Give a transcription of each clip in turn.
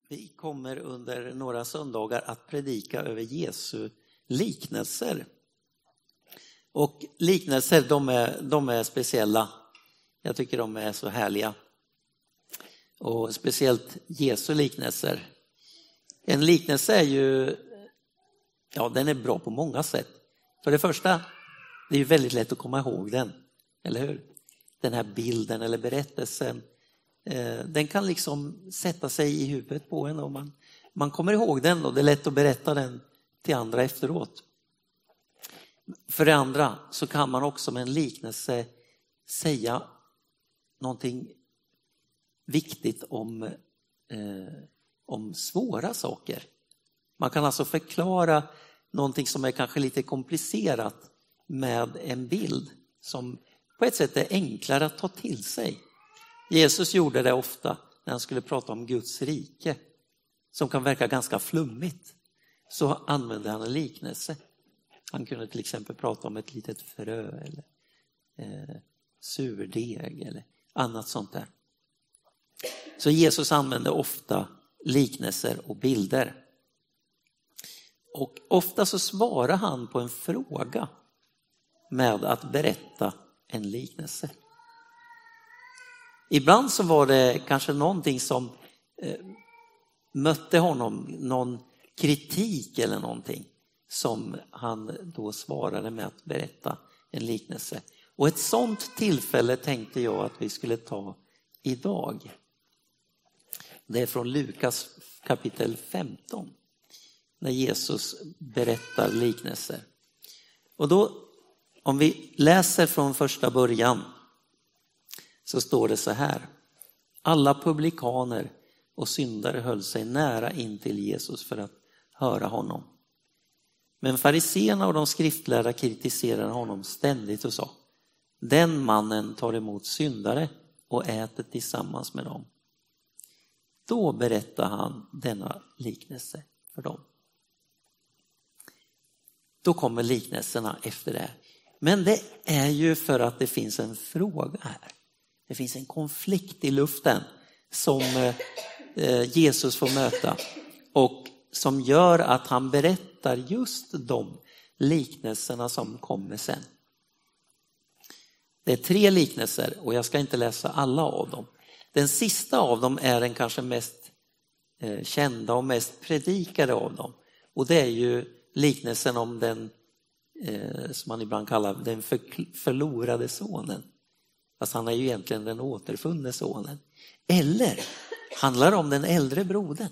Vi kommer under några söndagar att predika över Jesu liknelser. Och liknelser, de är speciella. Jag tycker de är så härliga. Och speciellt Jesu liknelser. En liknelse är ju, den är bra på många sätt. För det första, det är ju väldigt lätt att komma ihåg den, eller hur? Den här bilden eller berättelsen, den kan liksom sätta sig i huvudet på en och man kommer ihåg den och det är lätt att berätta den till andra efteråt. För det andra så kan man också med en liknelse säga någonting viktigt om svåra saker. Man kan alltså förklara någonting som är kanske lite komplicerat med en bild som på ett sätt är enklare att ta till sig. Jesus gjorde det ofta när han skulle prata om Guds rike som kan verka ganska flummigt. Så använde han en liknelse. Han kunde till exempel prata om ett litet frö eller surdeg eller annat sånt där. Så Jesus använde ofta liknelser och bilder. Och ofta så svarar han på en fråga med att berätta en liknelse. Ibland så var det kanske någonting som mötte honom, någon kritik eller någonting som han då svarade med att berätta en liknelse. Och ett sånt tillfälle tänkte jag att vi skulle ta idag. Det är från Lukas kapitel 15 när Jesus berättar liknelser. Och då, om vi läser från första början så står det så här. Alla publikaner och syndare höll sig nära in till Jesus för att höra honom. Men fariséerna och de skriftlärda kritiserade honom ständigt och sa: den mannen tar emot syndare och äter tillsammans med dem. Då berättar han denna liknelse för dem. Då kommer liknelserna efter det. Men det är ju för att det finns en fråga här. Det finns en konflikt i luften som Jesus får möta och som gör att han berättar just de liknelserna som kommer sen. Det är 3 liknelser och jag ska inte läsa alla av dem. Den sista av dem är den kanske mest kända och mest predikade av dem. Och det är ju liknelsen om den, som man ibland kallar den förlorade sonen. Fast han är ju egentligen den återfunne sonen. Eller handlar om den äldre brodern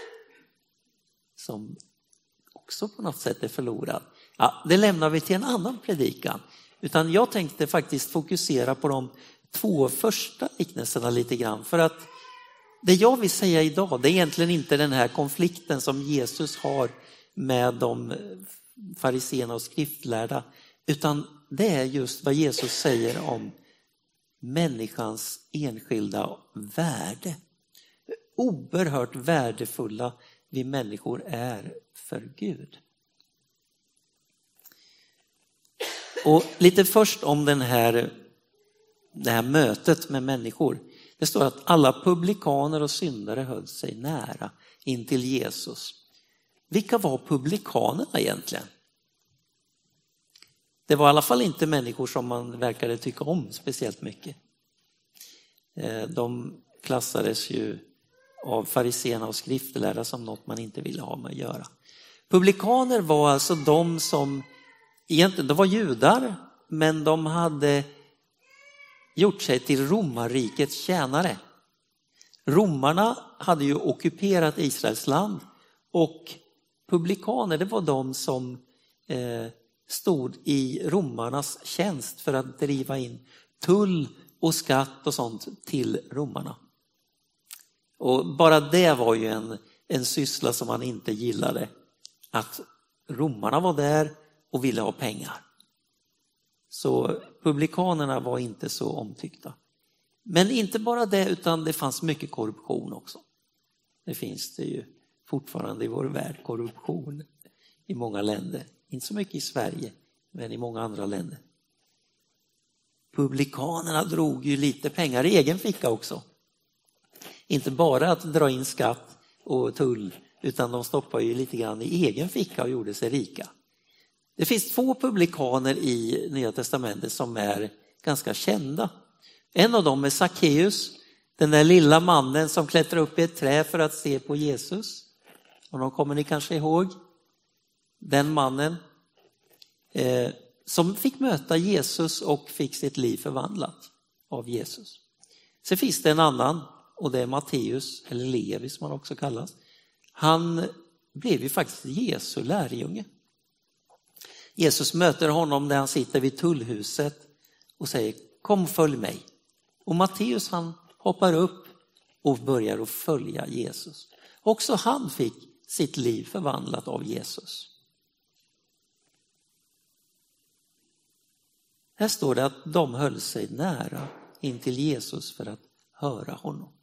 som också på något sätt är förlorad. Ja, det lämnar vi till en annan predikan. Utan jag tänkte faktiskt fokusera på de 2 första liknelserna lite grann. För att det jag vill säga idag, det är egentligen inte den här konflikten som Jesus har med de fariséerna och skriftlärda. Utan det är just vad Jesus säger om människans enskilda värde. Oerhört värdefulla vi människor är för Gud. Och lite först om det här mötet med människor. Det står att alla publikaner och syndare höll sig nära in till Jesus. Vilka var publikanerna egentligen? Det var i alla fall inte människor som man verkade tycka om speciellt mycket. De klassades ju av fariséerna och skriftlärda som något man inte ville ha med att göra. Publikaner var alltså de som egentligen, de var judar, men de hade gjort sig till romarrikets tjänare. Romarna hade ju ockuperat Israels land och publikaner, det var de som stod i romarnas tjänst för att driva in tull och skatt och sånt till romarna. Och bara det var ju en syssla som man inte gillade. Att romarna var där och ville ha pengar. Så publikanerna var inte så omtyckta. Men inte bara det, utan det fanns mycket korruption också. Det finns det ju fortfarande i vår värld, korruption i många länder. Inte så mycket i Sverige, men i många andra länder. Publikanerna drog ju lite pengar i egen ficka också. Inte bara att dra in skatt, och tull, utan de stoppade ju lite grann i egen ficka och gjorde sig rika. Det finns 2 publikaner i Nya testamentet som är ganska kända. En av dem är Sackeus, den där lilla mannen som klättrar upp i ett träd för att se på Jesus. Och de kommer ni kanske ihåg. Den mannen som fick möta Jesus och fick sitt liv förvandlat av Jesus. Sen finns det en annan, och det är Matteus, eller Levi som han också kallas. Han blev ju faktiskt Jesu lärjunge. Jesus möter honom när han sitter vid tullhuset och säger: kom, följ mig. Och Matteus, han hoppar upp och börjar att följa Jesus. Också han fick sitt liv förvandlat av Jesus. Här står det att de höll sig nära in till Jesus för att höra honom.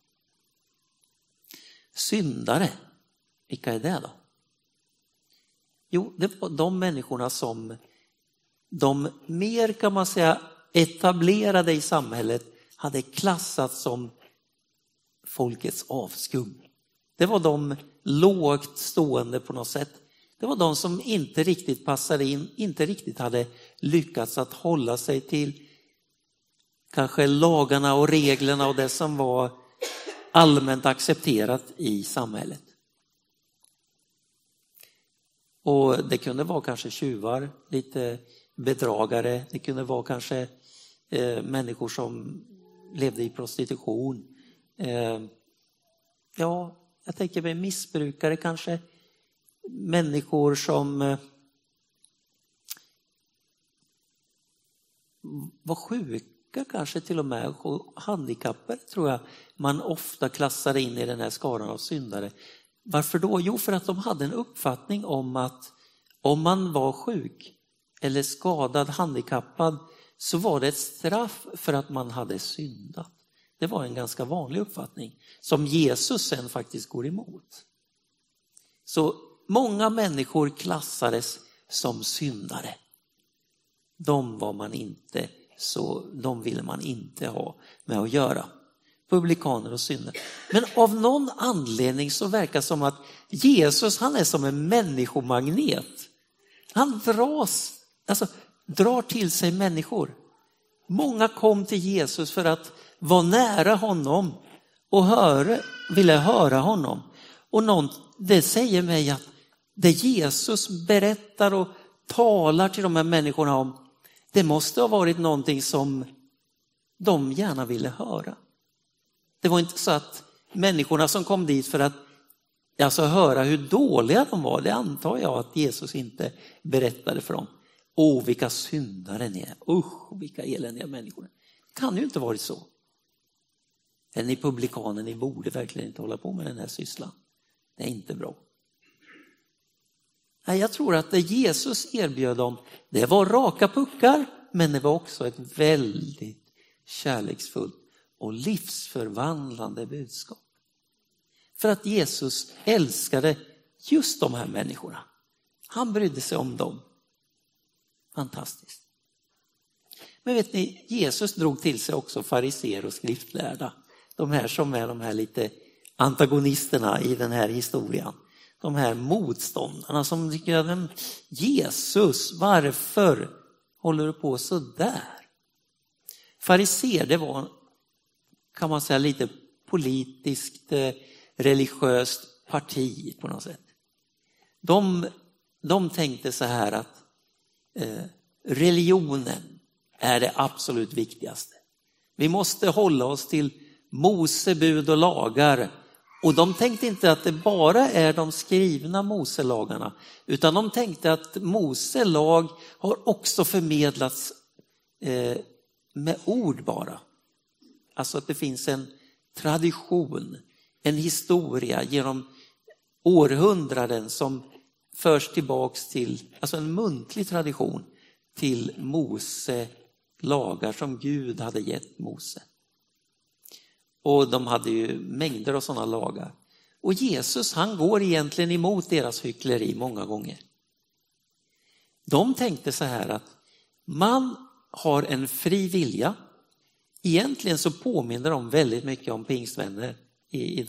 Syndare, vilka är det då? Jo, det var de människorna som de mer, kan man säga, etablerade i samhället hade klassat som folkets avskum. Det var de lågt stående på något sätt. Det var de som inte riktigt passade in, inte riktigt hade lyckats att hålla sig till kanske lagarna och reglerna och det som var allmänt accepterat i samhället. Och det kunde vara kanske tjuvar, lite bedragare, det kunde vara kanske människor som levde i prostitution. Jag tänker mig missbrukare kanske. Människor som var sjuka kanske till och med, handikappade tror jag man ofta klassade in i den här skaran av syndare. Varför då? Jo, för att de hade en uppfattning om att om man var sjuk eller skadad, handikappad, så var det ett straff för att man hade syndat. Det var en ganska vanlig uppfattning som Jesus sen faktiskt går emot. Så många människor klassades som syndare. De ville man inte ha med att göra. Publikaner och syndare. Men av någon anledning så verkar det som att Jesus, han är som en människomagnet. Han drar till sig människor. Många kom till Jesus för att vara nära honom och ville höra honom. Och det säger mig att det Jesus berättar och talar till de här människorna om, det måste ha varit någonting som de gärna ville höra. Det var inte så att människorna som kom dit för att höra hur dåliga de var, det antar jag att Jesus inte berättade för dem. Vilka syndare ni är. Vilka eländiga människor. Det kan ju inte varit så. Ni publikaner, ni borde verkligen inte hålla på med den här sysslan. Det är inte bra. Nej, jag tror att det Jesus erbjöd dem, det var raka puckar, men det var också ett väldigt kärleksfullt och livsförvandlande budskap. För att Jesus älskade just de här människorna. Han brydde sig om dem. Fantastiskt. Men vet ni, Jesus drog till sig också fariseer och skriftlärda. De här som är de här lite antagonisterna i den här historien. De här motståndarna som tycker, Jesus, varför håller du på så där? Fariseer, det var, kan man säga, lite politiskt, religiöst parti på något sätt. De tänkte så här att religionen är det absolut viktigaste. Vi måste hålla oss till Mosebud och lagar. Och de tänkte inte att det bara är de skrivna Moselagarna, utan de tänkte att Moselag har också förmedlats med ord bara. Alltså att det finns en tradition, en historia genom århundraden som förs tillbaks till, alltså en muntlig tradition till Mose lagar som Gud hade gett Mose. Och de hade ju mängder av sådana lagar. Och Jesus, han går egentligen emot deras hyckleri många gånger. De tänkte så här att man har en fri vilja. Egentligen så påminner de väldigt mycket om pingstvänner idag.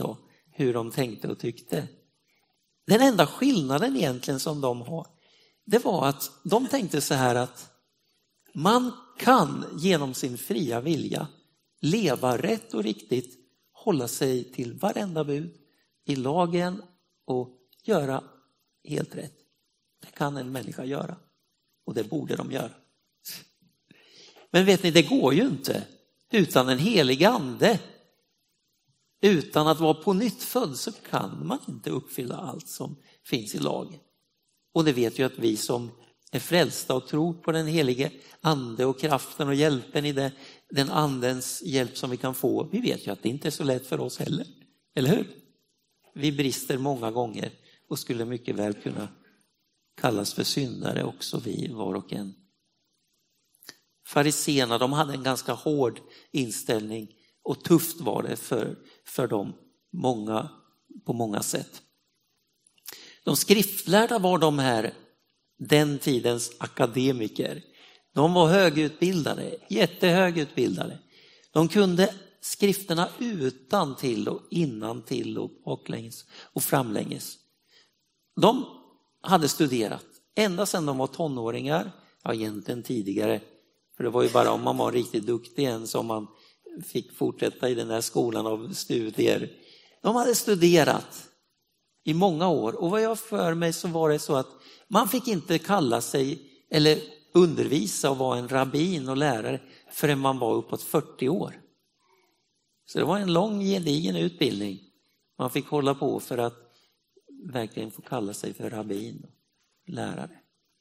hur de tänkte och tyckte. Den enda skillnaden egentligen som de har, det var att de tänkte så här att man kan genom sin fria vilja leva rätt och riktigt, hålla sig till varenda bud i lagen och göra helt rätt. Det kan en människa göra och det borde de göra. Men vet ni, det går ju inte utan en helig ande. Utan att vara på nytt född så kan man inte uppfylla allt som finns i lagen. Och det vet ju att vi som är frälsta och tror på den helige ande och kraften och hjälpen i det, den andens hjälp som vi kan få. Vi vet ju att det inte är så lätt för oss heller. Eller hur? Vi brister många gånger och skulle mycket väl kunna kallas för syndare också vi var och en. Fariséerna, de hade en ganska hård inställning och tufft var det för dem på många sätt. De skriftlärda var de här den tidens akademiker. De var högutbildade, jättehögutbildade. De kunde skrifterna utantill och innantill och baklänges och framlänges. De hade studerat ända sedan de var tonåringar, ja egentligen tidigare. För det var ju bara om man var riktigt duktig än som man fick fortsätta i den här skolan av studier. De hade studerat i många år och vad jag för mig så var det så att man fick inte kalla sig eller undervisa och vara en rabbin och lärare förrän man var uppåt 40 år. Så det var en lång gedigen utbildning man fick hålla på för att verkligen få kalla sig för rabbin och lärare.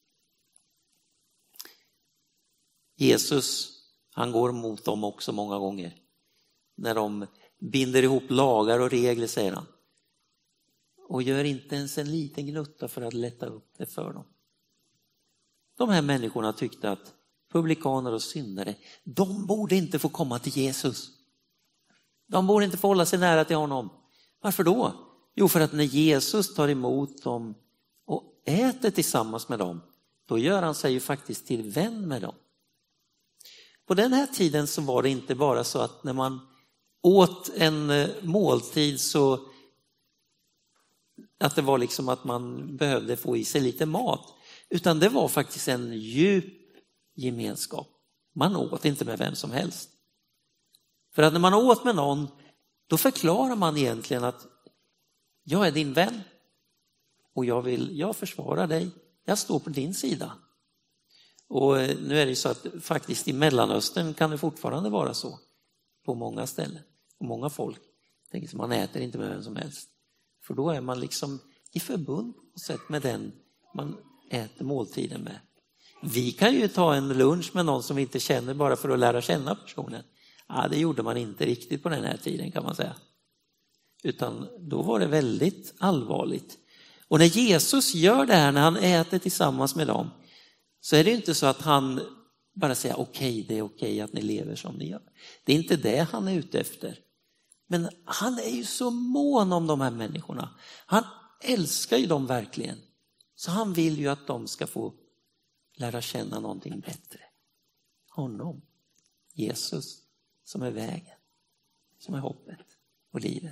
Jesus, han går mot dem också många gånger. När de binder ihop lagar och regler, säger han. Och gör inte ens en liten gnutta för att lätta upp det för dem. De här människorna tyckte att publikaner och syndare, de borde inte få komma till Jesus. De borde inte få hålla sig nära till honom. Varför då? Jo, för att när Jesus tar emot dem och äter tillsammans med dem, då gör han sig ju faktiskt till vän med dem. På den här tiden så var det inte bara så att när man åt en måltid så att det var liksom att man behövde få i sig lite mat. Utan det var faktiskt en djup gemenskap. Man åt inte med vem som helst. För att när man åt med någon, då förklarar man egentligen att jag är din vän och jag försvarar dig. Jag står på din sida. Och nu är det så att faktiskt i Mellanöstern kan det fortfarande vara så på många ställen och många folk. Tänker man äter inte med vem som helst. För då är man liksom i förbund på sätt med den man äter måltiden med. Vi kan ju ta en lunch med någon som vi inte känner bara för att lära känna personen. Ja, det gjorde man inte riktigt på den här tiden kan man säga. Utan då var det väldigt allvarligt. Och när Jesus gör det här, när han äter tillsammans med dem, så är det inte så att han bara säger okej, det är okej att ni lever som ni gör. Det är inte det han är ute efter. Men han är ju så mån om de här människorna. Han älskar ju dem verkligen. Så han vill ju att de ska få lära känna någonting bättre. Honom, Jesus, som är vägen, som är hoppet och livet.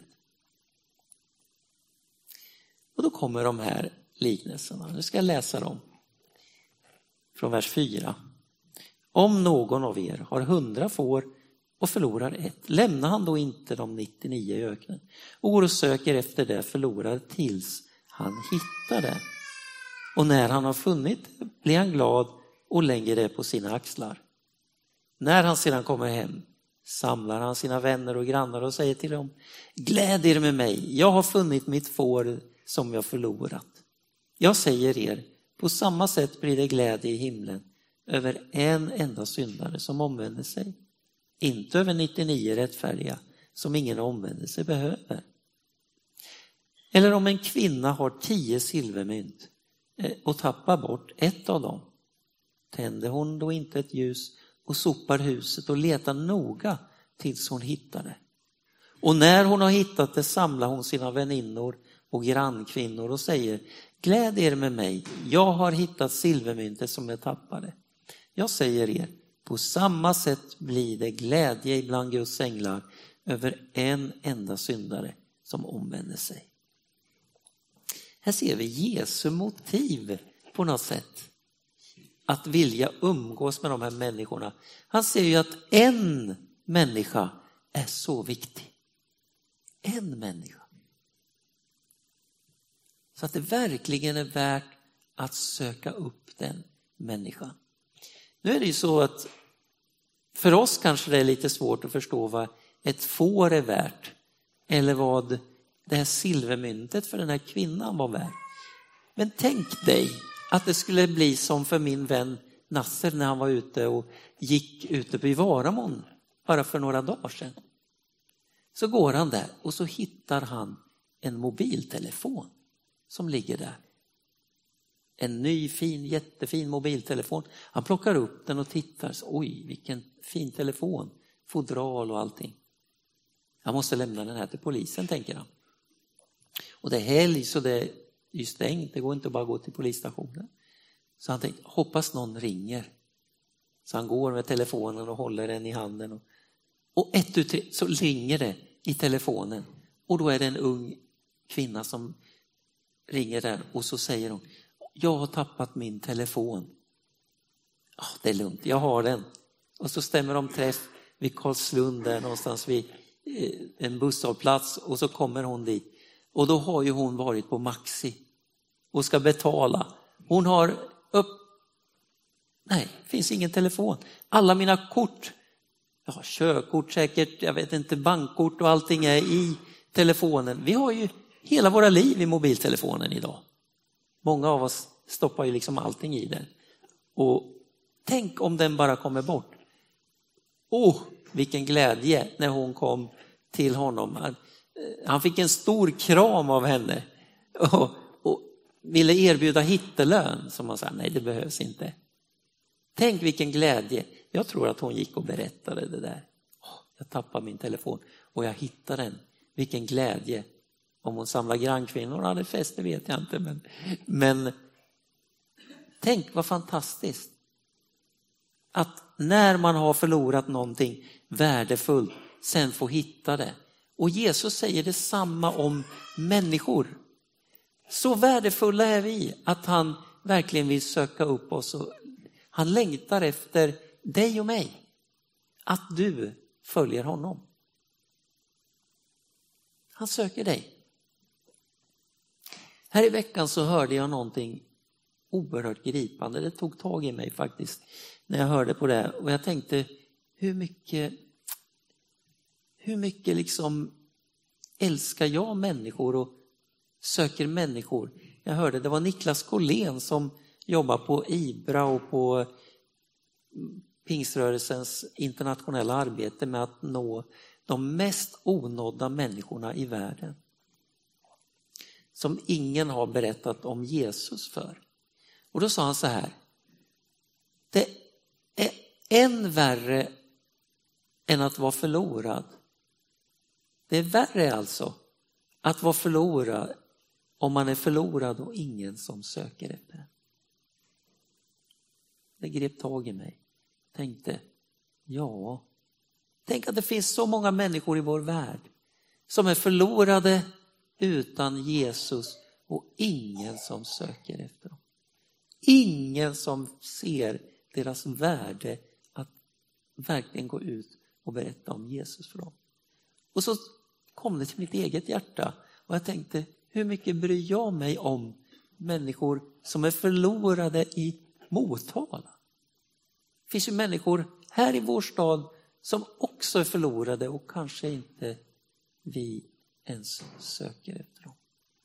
Och då kommer de här liknelserna. Nu ska jag läsa dem. Från vers 4. Om någon av er har 100 får och förlorar ett, lämnar han då inte de 99 i öknen och går och söker efter det förlorar tills han hittar det. Och när han har funnit det blir han glad och lägger det på sina axlar. När han sedan kommer hem samlar han sina vänner och grannar och säger till dem: gläd er med mig, jag har funnit mitt får som jag förlorat. Jag säger er, på samma sätt blir det glädje i himlen över en enda syndare som omvänder sig. Inte över 99 rättfärdiga som ingen omvändelse behöver. Eller om en kvinna har 10 silvermynt och tappar bort ett av dem, tänder hon då inte ett ljus och sopar huset och letar noga tills hon hittar det. Och när hon har hittat det samlar hon sina väninnor och grannkvinnor och säger: gläd er med mig, jag har hittat silvermyntet som jag tappade. Jag säger er, på samma sätt blir det glädje ibland Guds änglar över en enda syndare som omvänder sig. Här ser vi Jesu motiv på något sätt. Att vilja umgås med de här människorna. Han ser ju att en människa är så viktig. En människa. Så att det verkligen är värt att söka upp den människan. Nu är det ju så att för oss kanske det är lite svårt att förstå vad ett får är värt. Eller vad det här silvermyntet för den här kvinnan var värt. Men tänk dig att det skulle bli som för min vän Nasser när han var ute och gick ute på Varamon bara för några dagar sedan. Så går han där och så hittar han en mobiltelefon som ligger där. En ny, fin, jättefin mobiltelefon. Han plockar upp den och tittar. Oj, vilken fin telefon. Fodral och allting. Jag måste lämna den här till polisen, tänker han. Och det är helg så det är ju stängt. Det går inte att bara gå till polisstationen. Så han tänkte, hoppas någon ringer. Så han går med telefonen och håller den i handen. Och 1-3 så ringer det i telefonen. Och då är det en ung kvinna som ringer där. Och så säger hon, jag har tappat min telefon. Det är lugnt, jag har den. Och så stämmer de träff vid Karlslund där någonstans vid en busshållplats. Och så kommer hon dit. Och då har ju hon varit på Maxi och ska betala. Hon har nej, finns ingen telefon. Alla mina kort, körkort säkert, jag vet inte, bankkort och allting är i telefonen. Vi har ju hela våra liv i mobiltelefonen idag. Många av oss stoppar ju liksom allting i den. Och tänk om den bara kommer bort. Vilken glädje när hon kom till honom. Han fick en stor kram av henne och ville erbjuda hittelön. Som han sa, nej det behövs inte. Tänk vilken glädje. Jag tror att hon gick och berättade det där. Jag tappade min telefon och jag hittade den. Vilken glädje. Om hon samlar grannkvinnor hade fest, det vet jag inte. Men tänk vad fantastiskt. Att när man har förlorat någonting värdefullt sen få hitta det. Och Jesus säger detsamma om människor. Så värdefulla är vi att han verkligen vill söka upp oss. Och han längtar efter dig och mig. Att du följer honom. Han söker dig. Här i veckan så hörde jag någonting oerhört gripande. Det tog tag i mig faktiskt när jag hörde på det. Och jag tänkte hur mycket liksom älskar jag människor och söker människor. Jag hörde det var Niklas Collén som jobbar på IBRA och på Pingströrelsens internationella arbete med att nå de mest onådda människorna i världen. Som ingen har berättat om Jesus för. Och då sa han så här. Det är än värre än att vara förlorad. Det är värre alltså att vara förlorad om man är förlorad och ingen som söker efter det. Det grep tag i mig. Tänkte, tänk att det finns så många människor i vår värld som är förlorade utan Jesus och ingen som söker efter dem. Ingen som ser deras värde att verkligen gå ut och berätta om Jesus för dem. Och så kom det till mitt eget hjärta och jag tänkte, hur mycket bryr jag mig om människor som är förlorade i Motala? Det finns ju människor här i vår stad som också är förlorade och kanske inte vi ens söker efter dem.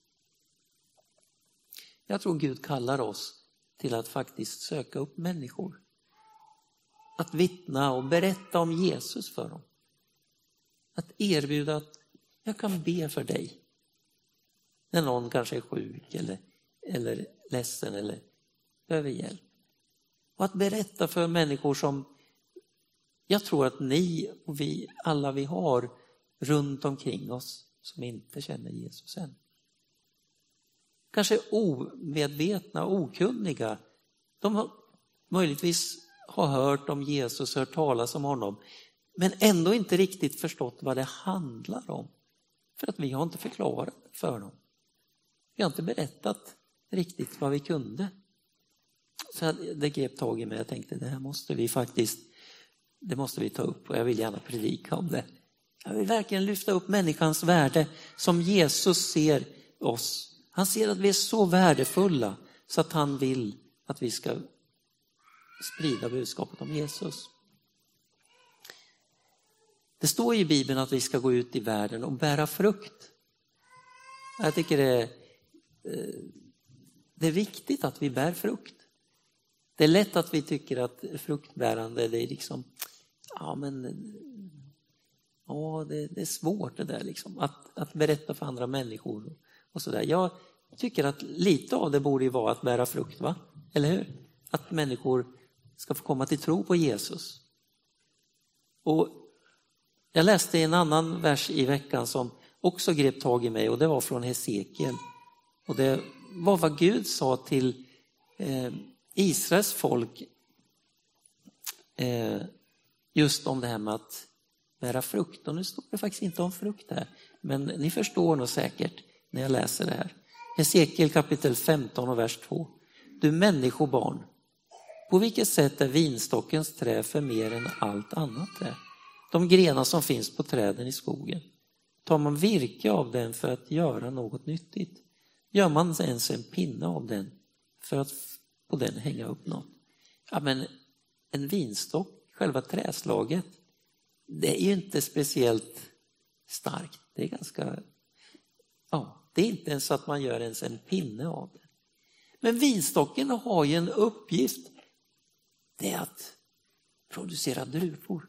Jag tror Gud kallar oss till att faktiskt söka upp människor. Att vittna och berätta om Jesus för dem. Att erbjuda att jag kan be för dig. När någon kanske är sjuk eller ledsen eller behöver hjälp. Och att berätta för människor som jag tror att ni och vi, alla vi har runt omkring oss som inte känner Jesus än. Kanske omedvetna och okunniga. De har möjligtvis har hört om Jesus, hört talas om honom. Men ändå inte riktigt förstått vad det handlar om. För att vi har inte förklarat för dem. Vi har inte berättat riktigt vad vi kunde. Så det grep tag i mig. Jag tänkte, det här måste vi ta upp, och jag vill gärna predika om det. Jag vill verkligen lyfta upp människans värde som Jesus ser oss. Han ser att vi är så värdefulla så att han vill att vi ska sprida budskapet om Jesus. Det står i Bibeln att vi ska gå ut i världen och bära frukt. Jag tycker det är viktigt att vi bär frukt. Det är lätt att vi tycker att fruktbärande, det är liksom, det är svårt det där liksom, att berätta för andra människor och sådär. Jag tycker att lite av det borde vara att bära frukt, va? Eller hur? Att människor ska få komma till tro på Jesus. Och jag läste en annan vers i veckan som också grep tag i mig, och det var från Hesekiel. Och det var vad Gud sa till Israels folk just om det här med att bära frukt. Och nu står det faktiskt inte om frukt här, men ni förstår nog säkert när jag läser det här. Hesekiel kapitel 15 och vers 2. Du människobarn, på vilket sätt är vinstockens trä för mer än allt annat trä? De grenar som finns på träden i skogen. Tar man virke av den för att göra något nyttigt? Gör man ens en pinne av den för att på den hänga upp något? Ja, men en vinstock, själva träslaget, det är ju inte speciellt starkt. Det är ganska, det är inte ens så att man gör ens en pinne av den. Men vinstocken har ju en uppgift. Det är att producera druvor.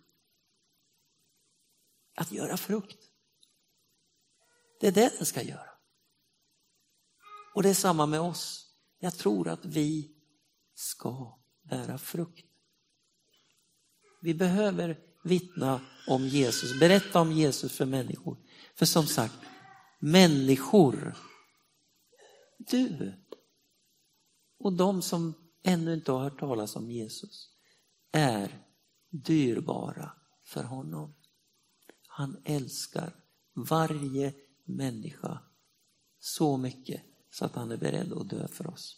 Att göra frukt. Det är det den ska göra. Och det är samma med oss. Jag tror att vi ska bära frukt. Vi behöver vittna om Jesus, berätta om Jesus för människor. För som sagt, människor, du och de som ännu inte har hört talas om Jesus är dyrbara för honom. Han älskar varje människa så mycket så att han är beredd att dö för oss.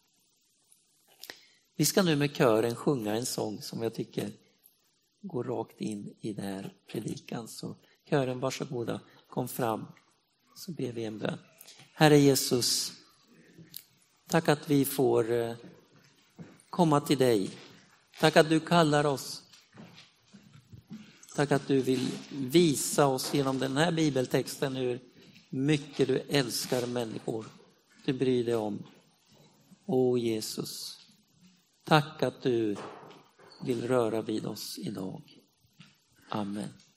Vi ska nu med kören sjunga en sång som jag tycker går rakt in i den här predikan. Så kören, varsågoda, kom fram så ber vi en bön. Herre Jesus, tack att vi får komma till dig. Tack att du kallar oss. Tack att du vill visa oss genom den här bibeltexten hur mycket du älskar människor. Du bryr dig om. Åh Jesus, tack att du vill röra vid oss idag. Amen.